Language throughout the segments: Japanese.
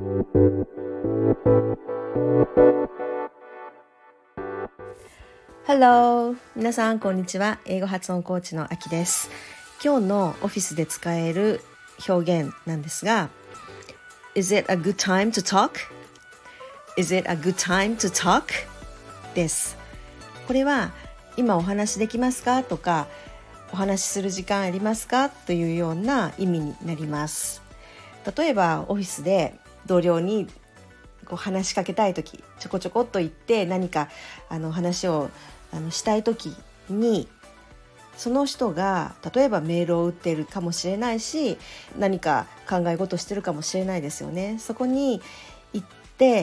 Hello! 皆さんこんにちは。英語発音コーチのあきです。今日のオフィスで使える表現なんですが、Is it a good time to talk? Is it a good time to talk? です。これは今お話できますかとか、お話しする時間ありますかというような意味になります。例えばオフィスで同僚に話しかけたいとき、ちょこちょこっと言って何か話をしたいときに、その人が例えばメールを打っているかもしれないし、何か考え事してるかもしれないですよね。そこに行って、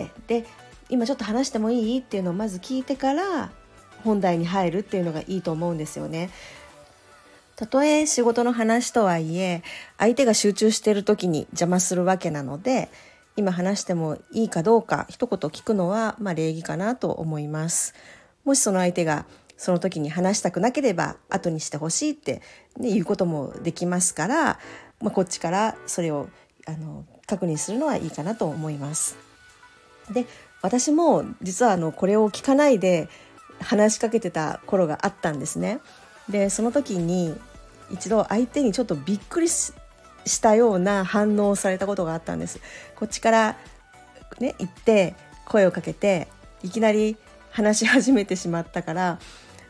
で今ちょっと話してもいいっていうのをまず聞いてから本題に入るっていうのがいいと思うんですよね。たとえ仕事の話とはいえ、相手が集中している時に邪魔するわけなので、今話してもいいかどうか一言聞くのは礼儀かなと思います。もしその相手がその時に話したくなければ後にしてほしいって、言うこともできますから、こっちからそれを確認するのはいいかなと思います。で、私も実はこれを聞かないで話しかけてた頃があったんですね。でその時に一度相手にちょっとびっくりしたような反応をされたことがあったんです。こっちから行って声をかけていきなり話し始めてしまったから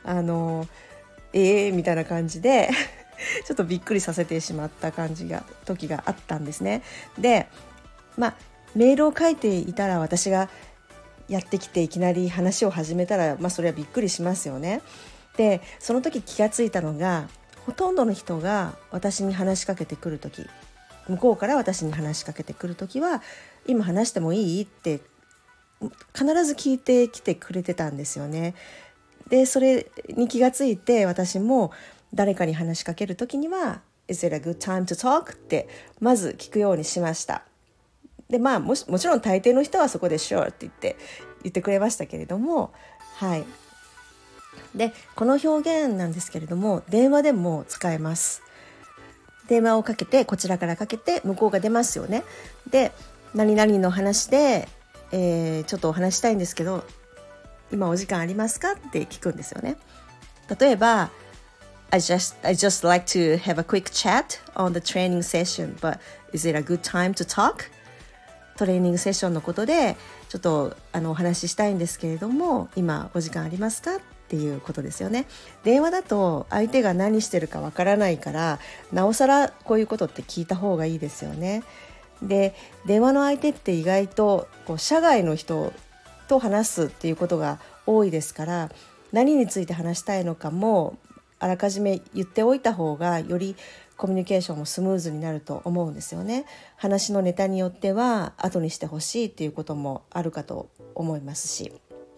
みたいな感じでちょっとびっくりさせてしまった時があったんですね。で、メールを書いていたら、私がやってきていきなり話を始めたら、それはびっくりしますよね。でその時気がついたのが、ほとんどの人が私に話しかけてくる時、向こうから私に話しかけてくる時は、今話してもいいって必ず聞いてきてくれてたんですよね。でそれに気がついて、私も誰かに話しかける時には Is it a good time to talk? ってまず聞くようにしました。でもちろん大抵の人はそこで Sure って言ってくれましたけれども、はい。でこの表現なんですけれども、電話でも使えます。電話をかけて、こちらからかけて向こうが出ますよね。で何々の話で、ちょっとお話したいんですけど、今お時間ありますかって聞くんですよね。例えば I just like to have a quick chat on the training session, but is it a good time to talk? トレーニングセッションのことでちょっとお話ししたいんですけれども、今お時間ありますかっていうことですよね。電話だと相手が何してるかわからないから、なおさらこういうことって聞いた方がいいですよね。で電話の相手って意外と社外の人と話すっていうことが多いですから、何について話したいのかもあらかじめ言っておいた方が、よりコミュニケーションもスムーズになると思うんですよね。話のネタによっては後にしてほしいっていうこともあるかと思いますし、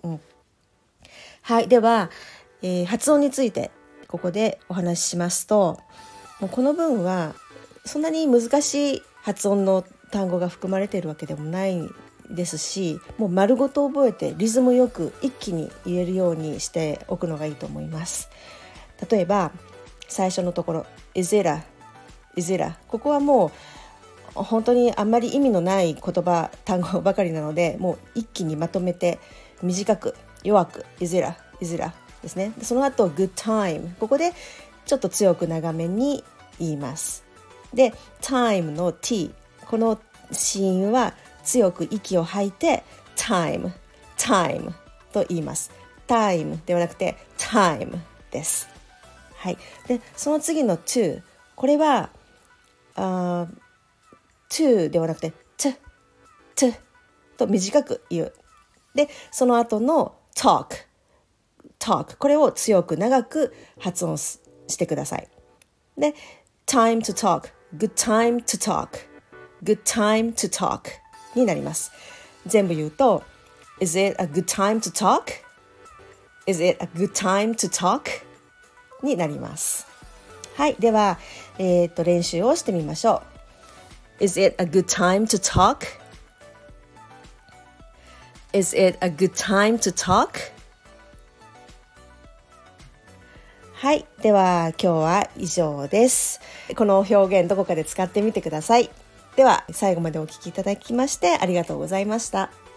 はい。では、発音についてここでお話ししますと、もうこの文はそんなに難しい発音の単語が含まれているわけでもないですし、もう丸ごと覚えてリズムよく一気に言えるようにしておくのがいいと思います。例えば最初のところ Is it a? ここはもう本当にあんまり意味のない単語ばかりなので、もう一気にまとめて短く弱く Is it a? ですね。その後 Good time、 ここでちょっと強く長めに言います。で time の t、 この子音は強く息を吐いて time と言います。 time ではなくて time です。はい。でその次の to、 これはto ではなくて t と短く言う。でその後の talk、 これを強く長く発音してください。で time to talk、 good time to talk になります。全部言うと Is it a good time to talk? Is it a good time to talk? になります。はい。では、練習をしてみましょう。Is it a good time to talk? Is it a good time to talk? はい。では今日は以上です。この表現どこかで使ってみてください。 では最後までお聞きいただきましてありがとうございました。